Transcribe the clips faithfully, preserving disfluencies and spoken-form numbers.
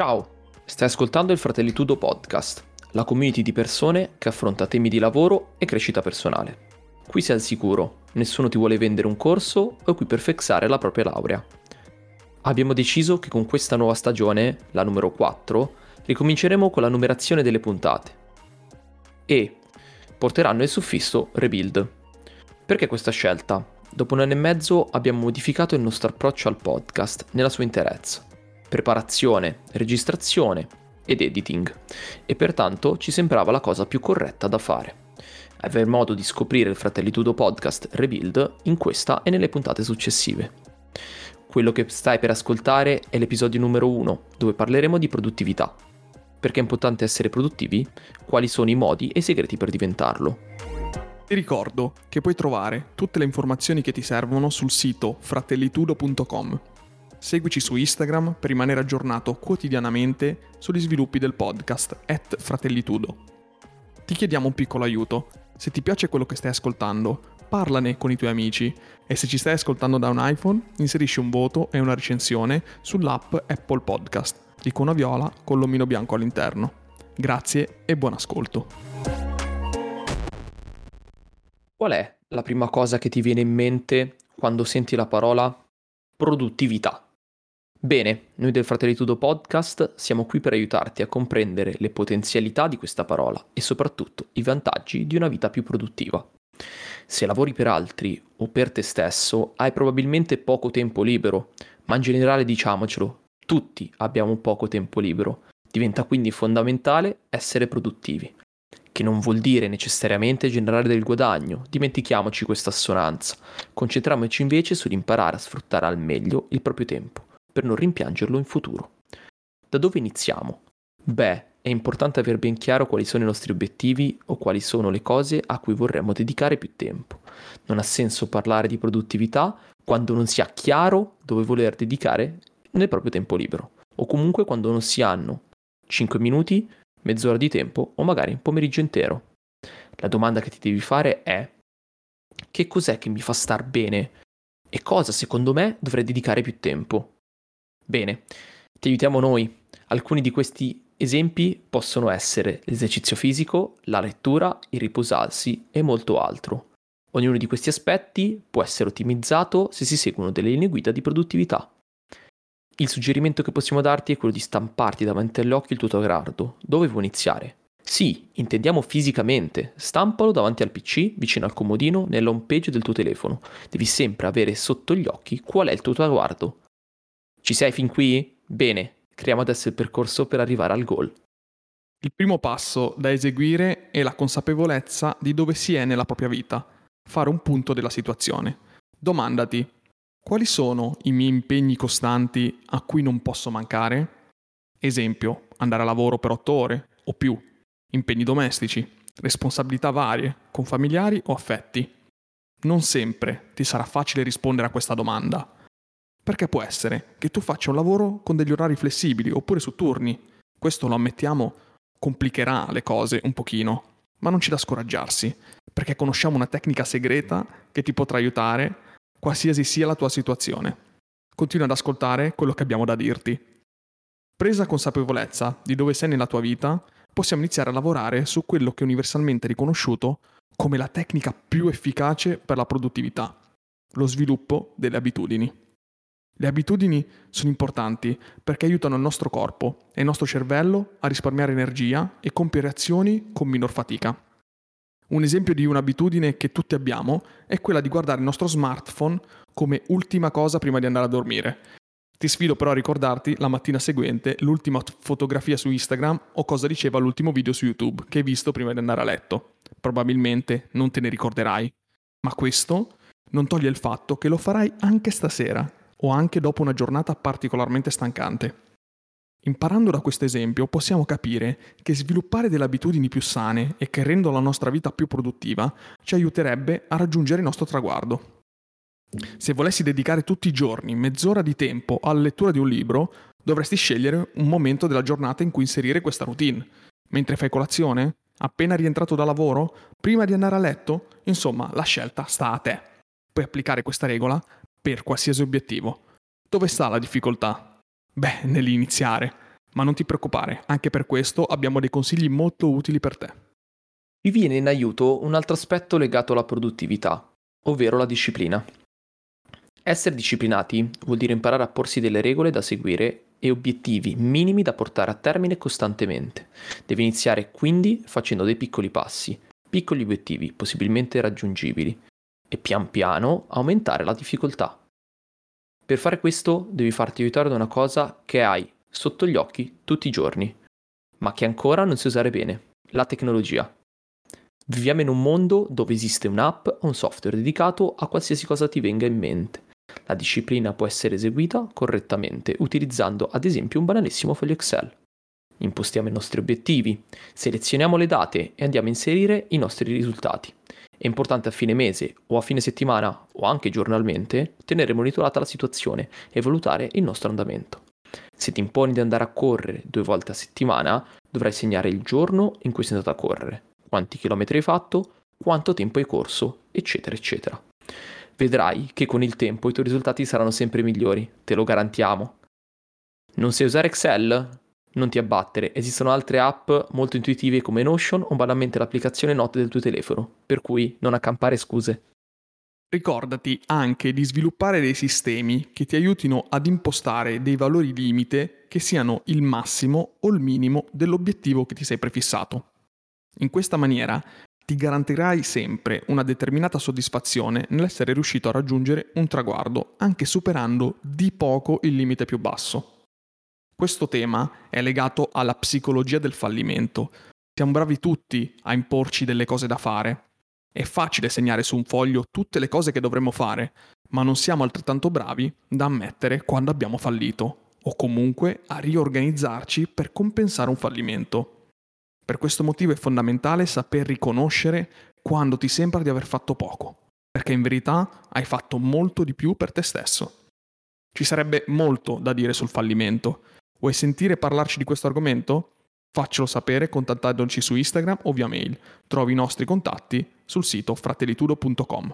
Ciao, stai ascoltando il Fratellitudo Podcast, la community di persone che affronta temi di lavoro e crescita personale. Qui sei al sicuro, nessuno ti vuole vendere un corso o è qui per flexare la propria laurea. Abbiamo deciso che con questa nuova stagione, la numero quattro, ricominceremo con la numerazione delle puntate e porteranno il suffisso Rebuild. Perché questa scelta? Dopo un anno e mezzo abbiamo modificato il nostro approccio al podcast nella sua interezza. Preparazione, registrazione ed editing, e pertanto ci sembrava la cosa più corretta da fare. Aver modo di scoprire il Fratellitudo Podcast Rebuild in questa e nelle puntate successive. Quello che stai per ascoltare è l'episodio numero uno, dove parleremo di produttività. Perché è importante essere produttivi? Quali sono i modi e i segreti per diventarlo? Ti ricordo che puoi trovare tutte le informazioni che ti servono sul sito fratellitudo punto com. Seguici su Instagram per rimanere aggiornato quotidianamente sugli sviluppi del podcast at fratellitudo. Ti chiediamo un piccolo aiuto. Se ti piace quello che stai ascoltando, parlane con i tuoi amici e se ci stai ascoltando da un iPhone, inserisci un voto e una recensione sull'app Apple Podcast, icona viola con l'omino bianco all'interno. Grazie e buon ascolto. Qual è la prima cosa che ti viene in mente quando senti la parola produttività? Bene, noi del Fratellitudo Podcast siamo qui per aiutarti a comprendere le potenzialità di questa parola e soprattutto i vantaggi di una vita più produttiva. Se lavori per altri o per te stesso, hai probabilmente poco tempo libero, ma in generale diciamocelo, tutti abbiamo poco tempo libero. Diventa quindi fondamentale essere produttivi, che non vuol dire necessariamente generare del guadagno, dimentichiamoci questa assonanza. Concentriamoci invece sull'imparare a sfruttare al meglio il proprio tempo, per non rimpiangerlo in futuro. Da dove iniziamo? Beh, è importante aver ben chiaro quali sono i nostri obiettivi o quali sono le cose a cui vorremmo dedicare più tempo. Non ha senso parlare di produttività quando non si ha chiaro dove voler dedicare nel proprio tempo libero, o comunque quando non si hanno cinque minuti, mezz'ora di tempo o magari un pomeriggio intero. La domanda che ti devi fare è: che cos'è che mi fa star bene e cosa secondo me dovrei dedicare più tempo? Bene, ti aiutiamo noi. Alcuni di questi esempi possono essere l'esercizio fisico, la lettura, il riposarsi e molto altro. Ognuno di questi aspetti può essere ottimizzato se si seguono delle linee guida di produttività. Il suggerimento che possiamo darti è quello di stamparti davanti agli occhi il tuo traguardo. Dove vuoi iniziare? Sì, intendiamo fisicamente. Stampalo davanti al P C, vicino al comodino, nella home page del tuo telefono. Devi sempre avere sotto gli occhi qual è il tuo traguardo. Ci sei fin qui? Bene, creiamo adesso il percorso per arrivare al goal. Il primo passo da eseguire è la consapevolezza di dove si è nella propria vita. Fare un punto della situazione. Domandati: quali sono i miei impegni costanti a cui non posso mancare? Esempio, andare a lavoro per otto ore o più, impegni domestici, responsabilità varie, con familiari o affetti. Non sempre ti sarà facile rispondere a questa domanda, perché può essere che tu faccia un lavoro con degli orari flessibili oppure su turni. Questo, lo ammettiamo, complicherà le cose un pochino, ma non c'è da scoraggiarsi, perché conosciamo una tecnica segreta che ti potrà aiutare qualsiasi sia la tua situazione. Continua ad ascoltare quello che abbiamo da dirti. Presa consapevolezza di dove sei nella tua vita, possiamo iniziare a lavorare su quello che è universalmente riconosciuto come la tecnica più efficace per la produttività: lo sviluppo delle abitudini. Le abitudini sono importanti perché aiutano il nostro corpo e il nostro cervello a risparmiare energia e compiere azioni con minor fatica. Un esempio di un'abitudine che tutti abbiamo è quella di guardare il nostro smartphone come ultima cosa prima di andare a dormire. Ti sfido però a ricordarti la mattina seguente l'ultima fotografia su Instagram o cosa diceva l'ultimo video su YouTube che hai visto prima di andare a letto. Probabilmente non te ne ricorderai, ma questo non toglie il fatto che lo farai anche stasera o anche dopo una giornata particolarmente stancante. Imparando da questo esempio possiamo capire che sviluppare delle abitudini più sane e che rendono la nostra vita più produttiva ci aiuterebbe a raggiungere il nostro traguardo. Se volessi dedicare tutti i giorni mezz'ora di tempo alla lettura di un libro, dovresti scegliere un momento della giornata in cui inserire questa routine. Mentre fai colazione? Appena rientrato da lavoro? Prima di andare a letto? Insomma, la scelta sta a te. Puoi applicare questa regola per qualsiasi obiettivo. Dove sta la difficoltà? Beh, nell'iniziare. Ma non ti preoccupare, anche per questo abbiamo dei consigli molto utili per te. Vi viene in aiuto un altro aspetto legato alla produttività, ovvero la disciplina. Essere disciplinati vuol dire imparare a porsi delle regole da seguire e obiettivi minimi da portare a termine costantemente. Devi iniziare quindi facendo dei piccoli passi, piccoli obiettivi possibilmente raggiungibili e pian piano aumentare la difficoltà. Per fare questo devi farti aiutare da una cosa che hai sotto gli occhi tutti i giorni, ma che ancora non sai usare bene, la tecnologia. Viviamo in un mondo dove esiste un'app o un software dedicato a qualsiasi cosa ti venga in mente. La disciplina può essere eseguita correttamente utilizzando ad esempio un banalissimo foglio Excel. Impostiamo i nostri obiettivi, selezioniamo le date e andiamo a inserire i nostri risultati. È importante a fine mese o a fine settimana o anche giornalmente tenere monitorata la situazione e valutare il nostro andamento. Se ti imponi di andare a correre due volte a settimana, dovrai segnare il giorno in cui sei andato a correre, quanti chilometri hai fatto, quanto tempo hai corso, eccetera, eccetera. Vedrai che con il tempo i tuoi risultati saranno sempre migliori, te lo garantiamo. Non sai usare Excel? Non ti abbattere, esistono altre app molto intuitive come Notion o banalmente l'applicazione Note del tuo telefono, per cui non accampare scuse. Ricordati anche di sviluppare dei sistemi che ti aiutino ad impostare dei valori limite che siano il massimo o il minimo dell'obiettivo che ti sei prefissato. In questa maniera ti garantirai sempre una determinata soddisfazione nell'essere riuscito a raggiungere un traguardo, anche superando di poco il limite più basso. Questo tema è legato alla psicologia del fallimento. Siamo bravi tutti a imporci delle cose da fare. È facile segnare su un foglio tutte le cose che dovremmo fare, ma non siamo altrettanto bravi da ammettere quando abbiamo fallito, o comunque a riorganizzarci per compensare un fallimento. Per questo motivo è fondamentale saper riconoscere quando ti sembra di aver fatto poco, perché in verità hai fatto molto di più per te stesso. Ci sarebbe molto da dire sul fallimento. Vuoi sentire parlarci di questo argomento? Faccelo sapere contattandoci su Instagram o via mail. Trovi i nostri contatti sul sito fratellitudo punto com.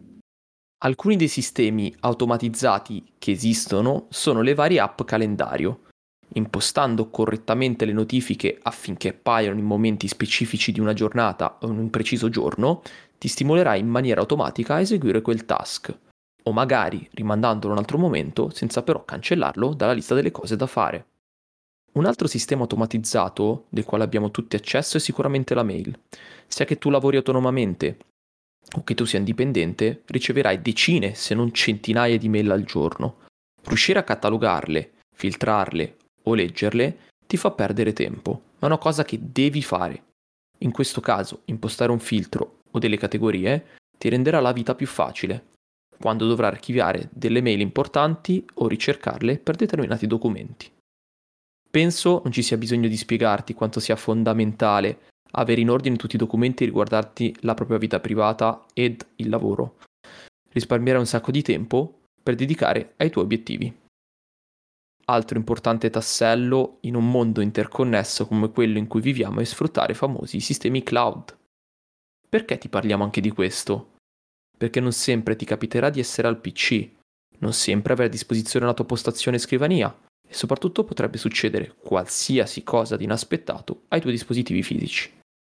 Alcuni dei sistemi automatizzati che esistono sono le varie app calendario. Impostando correttamente le notifiche affinché appaiano in momenti specifici di una giornata o in un preciso giorno, ti stimolerai in maniera automatica a eseguire quel task, o magari rimandandolo a un altro momento senza però cancellarlo dalla lista delle cose da fare. Un altro sistema automatizzato del quale abbiamo tutti accesso è sicuramente la mail. Sia che tu lavori autonomamente o che tu sia indipendente, riceverai decine se non centinaia di mail al giorno. Riuscire a catalogarle, filtrarle o leggerle ti fa perdere tempo, ma è una cosa che devi fare. In questo caso, impostare un filtro o delle categorie ti renderà la vita più facile, quando dovrai archiviare delle mail importanti o ricercarle per determinati documenti. Penso non ci sia bisogno di spiegarti quanto sia fondamentale avere in ordine tutti i documenti riguardanti la propria vita privata ed il lavoro. Risparmierai un sacco di tempo per dedicare ai tuoi obiettivi. Altro importante tassello in un mondo interconnesso come quello in cui viviamo è sfruttare i famosi sistemi cloud. Perché ti parliamo anche di questo? Perché non sempre ti capiterà di essere al P C, non sempre avrai a disposizione la tua postazione e scrivania e soprattutto potrebbe succedere qualsiasi cosa di inaspettato ai tuoi dispositivi fisici.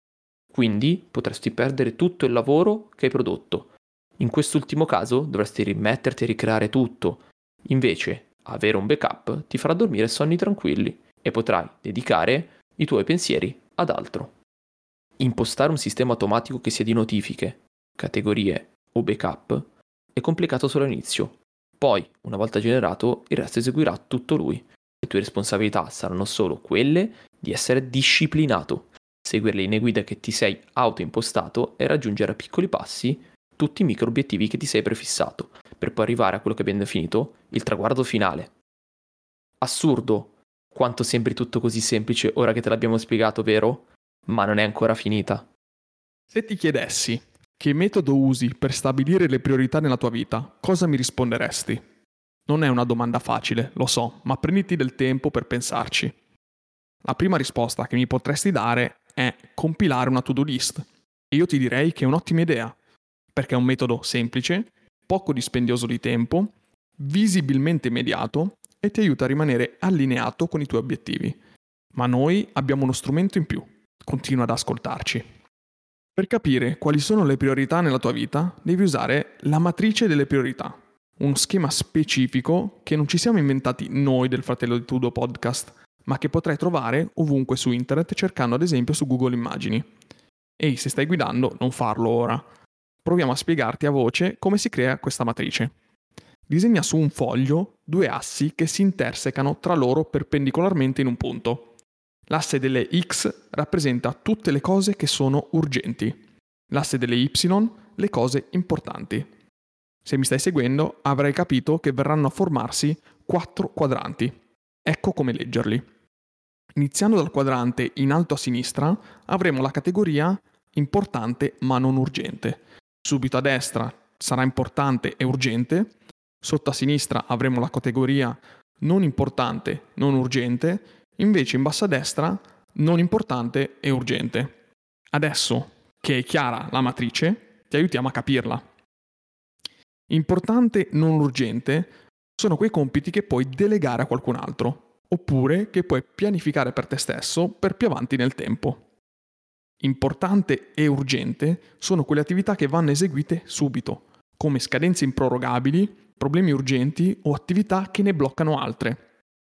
Quindi potresti perdere tutto il lavoro che hai prodotto. In quest'ultimo caso dovresti rimetterti a ricreare tutto. Invece, avere un backup ti farà dormire sonni tranquilli e potrai dedicare i tuoi pensieri ad altro. Impostare un sistema automatico che sia di notifiche, categorie o backup è complicato solo all'inizio. Poi, una volta generato, il resto eseguirà tutto lui. Le tue responsabilità saranno solo quelle di essere disciplinato, seguire le linee guida che ti sei autoimpostato e raggiungere a piccoli passi tutti i micro obiettivi che ti sei prefissato, per poi arrivare a quello che abbiamo definito il traguardo finale. Assurdo quanto sembri tutto così semplice ora che te l'abbiamo spiegato, vero? Ma non è ancora finita. Se ti chiedessi che metodo usi per stabilire le priorità nella tua vita, cosa mi risponderesti? Non è una domanda facile, lo so, ma prenditi del tempo per pensarci. La prima risposta che mi potresti dare è compilare una to-do list. E io ti direi che è un'ottima idea, perché è un metodo semplice, poco dispendioso di tempo, visibilmente immediato e ti aiuta a rimanere allineato con i tuoi obiettivi. ma noi abbiamo uno strumento in più. Continua ad ascoltarci. Per capire quali sono le priorità nella tua vita, devi usare la matrice delle priorità, uno schema specifico che non ci siamo inventati noi del Fratello di Tudo podcast, ma che potrai trovare ovunque su internet cercando ad esempio su Google Immagini. Ehi, se stai guidando, non farlo ora. Proviamo a spiegarti a voce come si crea questa matrice. Disegna su un foglio due assi che si intersecano tra loro perpendicolarmente in un punto. L'asse delle X rappresenta tutte le cose che sono urgenti. L'asse delle Y, le cose importanti. Se mi stai seguendo, avrai capito che verranno a formarsi quattro quadranti. Ecco come leggerli. Iniziando dal quadrante in alto a sinistra, avremo la categoria importante ma non urgente. Subito a destra sarà importante e urgente. Sotto a sinistra avremo la categoria non importante, non urgente. Invece in basso a destra, non importante e urgente. Adesso che è chiara la matrice, ti aiutiamo a capirla. Importante, non urgente sono quei compiti che puoi delegare a qualcun altro, oppure che puoi pianificare per te stesso per più avanti nel tempo. Importante e urgente sono quelle attività che vanno eseguite subito, come scadenze improrogabili, problemi urgenti o attività che ne bloccano altre.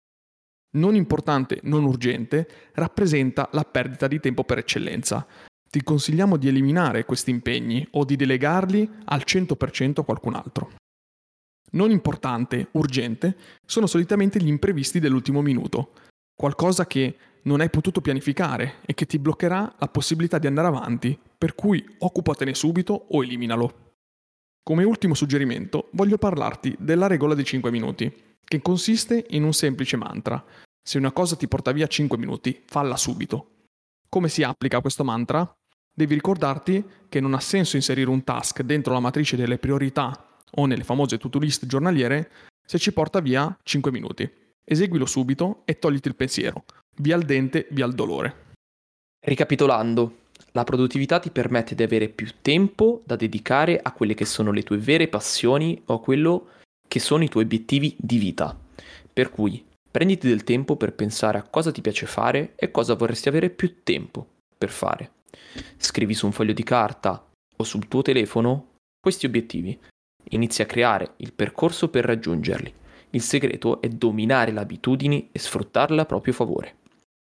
Non importante, non urgente, rappresenta la perdita di tempo per eccellenza. Ti consigliamo di eliminare questi impegni o di delegarli al cento per cento a qualcun altro. Non importante, urgente, sono solitamente gli imprevisti dell'ultimo minuto, qualcosa che non hai potuto pianificare e che ti bloccherà la possibilità di andare avanti, per cui occupatene subito o eliminalo. Come ultimo suggerimento, voglio parlarti della regola dei cinque minuti, che consiste in un semplice mantra. Se una cosa ti porta via cinque minuti, falla subito. Come si applica questo mantra? Devi ricordarti che non ha senso inserire un task dentro la matrice delle priorità o nelle famose to-do list giornaliere se ci porta via cinque minuti. Eseguilo subito e togliti il pensiero. Via il dente, via il dolore. Ricapitolando, la produttività ti permette di avere più tempo da dedicare a quelle che sono le tue vere passioni o a quello che sono i tuoi obiettivi di vita. Per cui prenditi del tempo per pensare a cosa ti piace fare e cosa vorresti avere più tempo per fare. Scrivi su un foglio di carta o sul tuo telefono questi obiettivi. Inizi a creare il percorso per raggiungerli. Il segreto è dominare le abitudini e sfruttarle a proprio favore.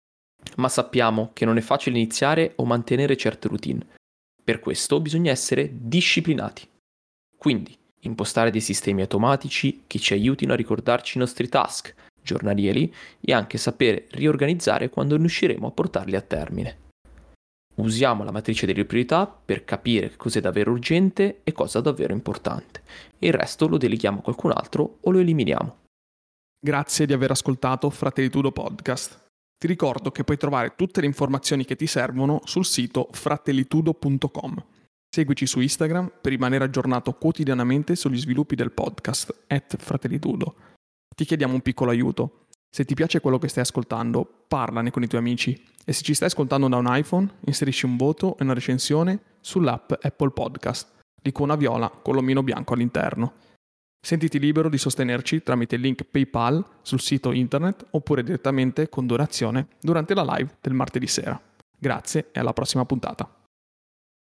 Ma sappiamo che non è facile iniziare o mantenere certe routine. Per questo bisogna essere disciplinati. Quindi, impostare dei sistemi automatici che ci aiutino a ricordarci i nostri task giornalieri e anche sapere riorganizzare quando riusciremo a portarli a termine. Usiamo la matrice delle priorità per capire cos'è davvero urgente e cosa davvero importante. E il resto lo deleghiamo a qualcun altro o lo eliminiamo. Grazie di aver ascoltato Fratelli Tudo Podcast. Ti ricordo che puoi trovare tutte le informazioni che ti servono sul sito fratellitudo punto com. Seguici su Instagram per rimanere aggiornato quotidianamente sugli sviluppi del podcast at fratellitudo. Ti chiediamo un piccolo aiuto. Se ti piace quello che stai ascoltando, parlane con i tuoi amici. E se ci stai ascoltando da un iPhone, inserisci un voto e una recensione sull'app Apple Podcast, l'icona viola con l'omino bianco all'interno. Sentiti libero di sostenerci tramite il link PayPal sul sito internet oppure direttamente con donazione durante la live del martedì sera. Grazie e alla prossima puntata.